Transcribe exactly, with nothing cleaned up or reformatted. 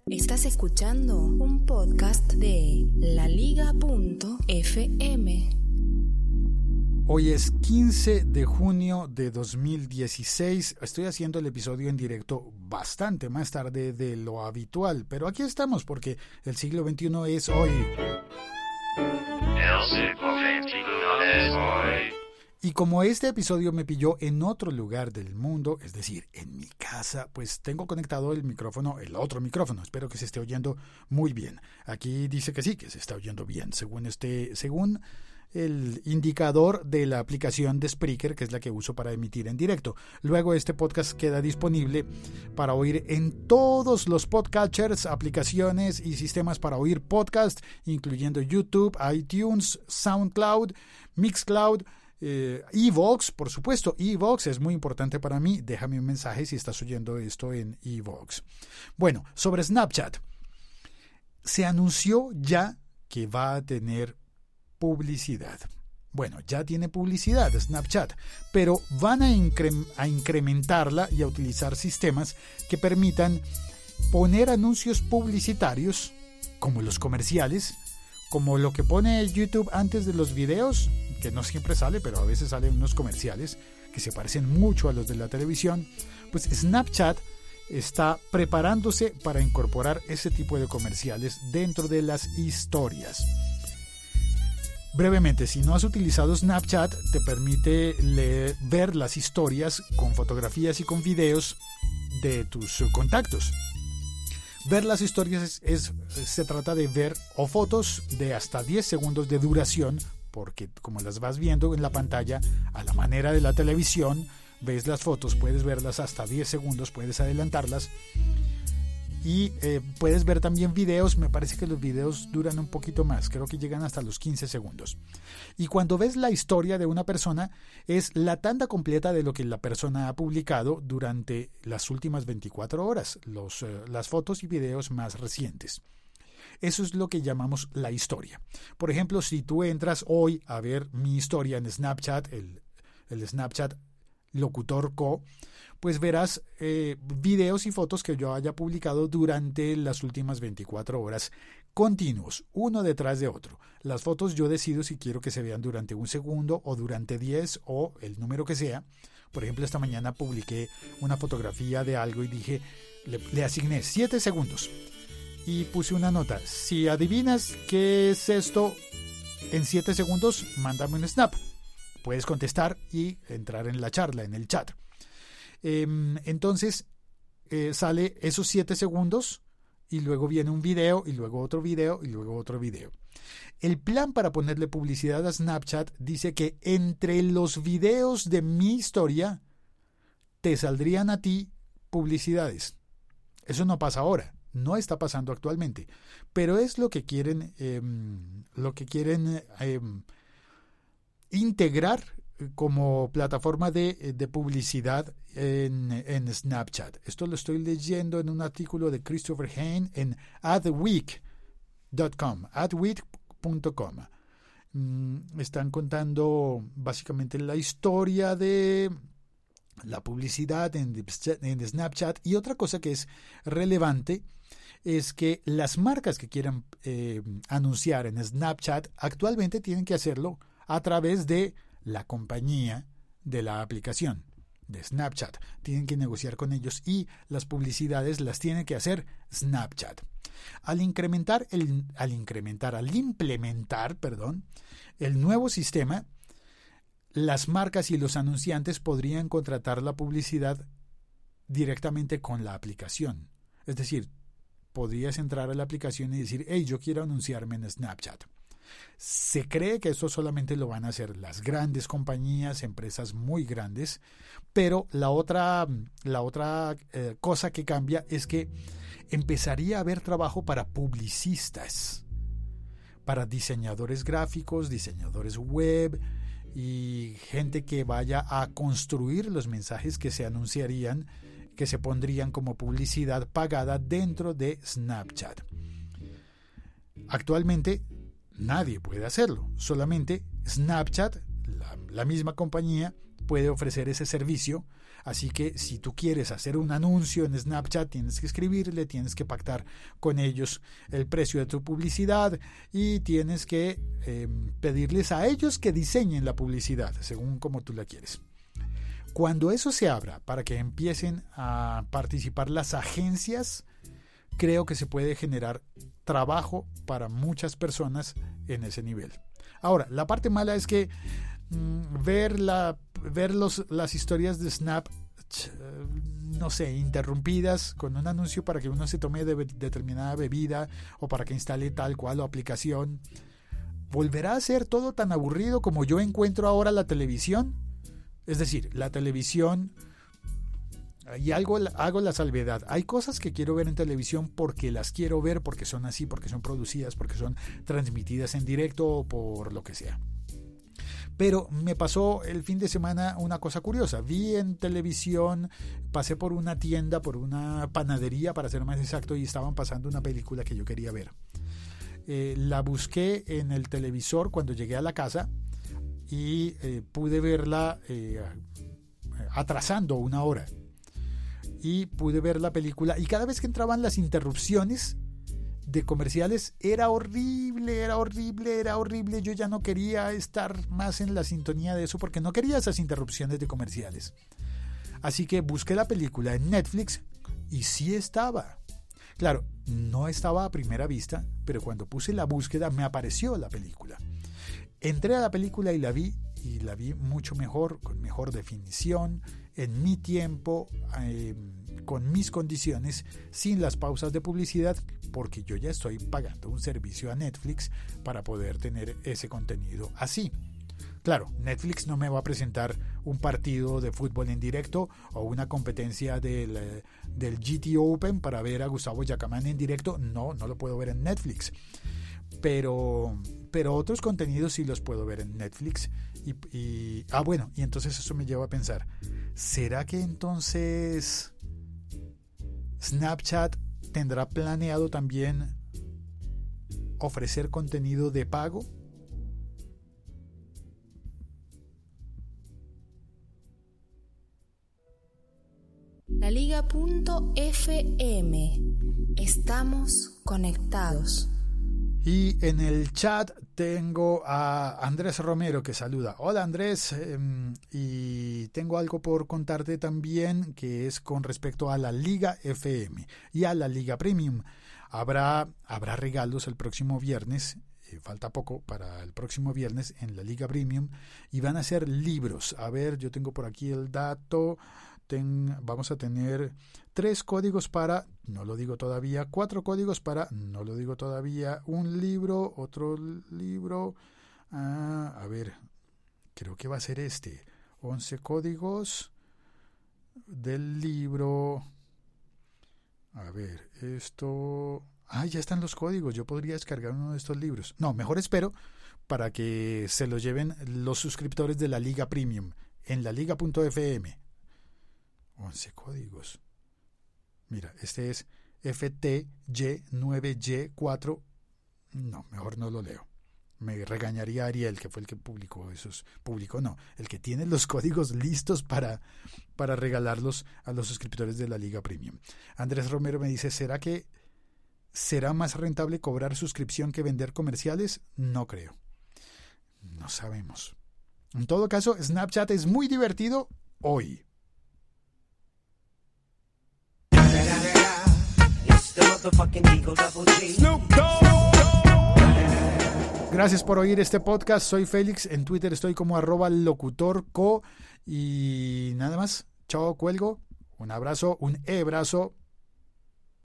Estás escuchando un podcast de la liga punto efe eme. Hoy es quince de junio de dos mil dieciséis. Estoy haciendo el episodio en directo bastante más tarde de lo habitual, pero aquí estamos porque el siglo veintiuno es hoy. El siglo veintiuno es hoy. Y como este episodio me pilló en otro lugar del mundo, es decir, en mi casa, pues tengo conectado el micrófono, el otro micrófono. Espero que se esté oyendo muy bien. Aquí dice que sí, que se está oyendo bien, según este, según el indicador de la aplicación de Spreaker, que es la que uso para emitir en directo. Luego este podcast queda disponible para oír en todos los podcatchers, aplicaciones y sistemas para oír podcast, incluyendo YouTube, iTunes, SoundCloud, Mixcloud, Eh, iVoox, por supuesto. iVoox es muy importante para mí. Déjame un mensaje si estás oyendo esto en iVoox. Bueno, sobre Snapchat. Se anunció ya que va a tener publicidad. Bueno, ya tiene publicidad Snapchat, pero van a, incre- a incrementarla y a utilizar sistemas que permitan poner anuncios publicitarios, como los comerciales, como lo que pone YouTube antes de los videos, que no siempre sale, pero a veces salen unos comerciales que se parecen mucho a los de la televisión. Pues Snapchat está preparándose para incorporar ese tipo de comerciales dentro de las historias. Brevemente, si no has utilizado Snapchat, te permite leer, ver las historias con fotografías y con videos de tus contactos. Ver las historias es, es, se trata de ver o fotos de hasta diez segundos de duración, porque como las vas viendo en la pantalla, a la manera de la televisión, ves las fotos, puedes verlas hasta diez segundos, puedes adelantarlas. Y eh, puedes ver también videos. Me parece que los videos duran un poquito más, creo que llegan hasta los quince segundos. Y cuando ves la historia de una persona, es la tanda completa de lo que la persona ha publicado durante las últimas veinticuatro horas, los, eh, las fotos y videos más recientes. Eso es lo que llamamos la historia. Por ejemplo, si tú entras hoy a ver mi historia en Snapchat, el, el Snapchat Locutor Co., pues verás eh, videos y fotos que yo haya publicado durante las últimas veinticuatro horas, continuos, uno detrás de otro. Las fotos yo decido si quiero que se vean durante un segundo o durante diez o el número que sea. Por ejemplo, esta mañana publiqué una fotografía de algo y dije, le, le asigné siete segundos y puse una nota. Si adivinas qué es esto en siete segundos, mándame un snap. Puedes contestar y entrar en la charla, en el chat. Eh, entonces eh, sale esos siete segundos y luego viene un video y luego otro video y luego otro video. El plan para ponerle publicidad a Snapchat dice que entre los videos de mi historia te saldrían a ti publicidades. Eso no pasa ahora, no está pasando actualmente, pero es lo que quieren, eh, lo que quieren eh, integrar como plataforma de, de publicidad en, en Snapchat. Esto lo estoy leyendo en un artículo de Christopher Hain en adweek punto com. adweek punto com. Mm, están contando básicamente la historia de la publicidad en, en Snapchat. Y otra cosa que es relevante es que las marcas que quieran eh, anunciar en Snapchat actualmente tienen que hacerlo a través de la compañía de la aplicación de Snapchat. Tienen que negociar con ellos y las publicidades las tiene que hacer Snapchat. Al incrementar, el, al incrementar, al implementar, perdón, el nuevo sistema, las marcas y los anunciantes podrían contratar la publicidad directamente con la aplicación. Es decir, podrías entrar a la aplicación y decir, hey, yo quiero anunciarme en Snapchat. Se cree que eso solamente lo van a hacer las grandes compañías, empresas muy grandes, pero la otra, la otra eh, cosa que cambia es que empezaría a haber trabajo para publicistas, para diseñadores gráficos, diseñadores web y gente que vaya a construir los mensajes que se anunciarían, que se pondrían como publicidad pagada dentro de Snapchat. Actualmente nadie puede hacerlo, solamente Snapchat, la, la misma compañía, puede ofrecer ese servicio. Así que si tú quieres hacer un anuncio en Snapchat, tienes que escribirle, tienes que pactar con ellos el precio de tu publicidad y tienes que eh, pedirles a ellos que diseñen la publicidad según como tú la quieres. Cuando eso se abra para que empiecen a participar las agencias, creo que se puede generar trabajo para muchas personas en ese nivel. Ahora, la parte mala es que mmm, ver, la, ver los, las historias de Snap, no sé, interrumpidas con un anuncio para que uno se tome de determinada bebida o para que instale tal cual o aplicación, ¿volverá a ser todo tan aburrido como yo encuentro ahora la televisión? Es decir, la televisión... Y algo, hago la salvedad. Hay cosas que quiero ver en televisión porque las quiero ver, porque son así, porque son producidas, porque son transmitidas en directo o por lo que sea. Pero me pasó el fin de semana una cosa curiosa. Vi en televisión, pasé por una tienda, por una panadería, para ser más exacto, y estaban pasando una película que yo quería ver. Eh, la busqué en el televisor cuando llegué a la casa y eh, pude verla eh, atrasando una hora. Y pude ver la película y cada vez que entraban las interrupciones de comerciales era horrible, era horrible, era horrible. Yo ya no quería estar más en la sintonía de eso porque no quería esas interrupciones de comerciales. Así que busqué la película en Netflix y sí estaba. Claro, no estaba a primera vista, pero cuando puse la búsqueda me apareció la película. Entré a la película y la vi, y la vi mucho mejor, con mejor definición, en mi tiempo, eh, con mis condiciones, sin las pausas de publicidad, porque yo ya estoy pagando un servicio a Netflix para poder tener ese contenido así. Claro, Netflix no me va a presentar un partido de fútbol en directo o una competencia del, del G T Open para ver a Gustavo Yacamán en directo. No, no lo puedo ver en Netflix. Pero, pero otros contenidos sí los puedo ver en Netflix. Y, y, ah, bueno, y entonces eso me lleva a pensar, ¿será que entonces Snapchat tendrá planeado también ofrecer contenido de pago? La Liga punto F M. Estamos conectados. Y en el chat tengo a Andrés Romero que saluda. Hola Andrés, eh, y tengo algo por contarte también que es con respecto a la Liga F M y a la Liga Premium. Habrá, habrá regalos el próximo viernes, eh, falta poco para el próximo viernes en la Liga Premium y van a ser libros. A ver, yo tengo por aquí el dato. Ten, vamos a tener tres códigos para, no lo digo todavía, cuatro códigos para, no lo digo todavía, un libro, otro libro, ah, a ver, creo que va a ser este, once códigos del libro, a ver, esto, ah, ya están los códigos, yo podría descargar uno de estos libros, no, mejor espero para que se lo lleven los suscriptores de la Liga Premium en la liga punto F M. once códigos. Mira, este es F T Y nueve Y cuatro. No, mejor no lo leo. Me regañaría Ariel, que fue el que publicó esos. Publicó, no. El que tiene los códigos listos para, para regalarlos a los suscriptores de la Liga Premium. Andrés Romero me dice, ¿será que será más rentable cobrar suscripción que vender comerciales? No creo. No sabemos. En todo caso, Snapchat es muy divertido hoy. Gracias por oír este podcast. Soy Félix. En Twitter estoy como arroba locutorco. Y nada más. Chao, cuelgo. Un abrazo, un e-brazo.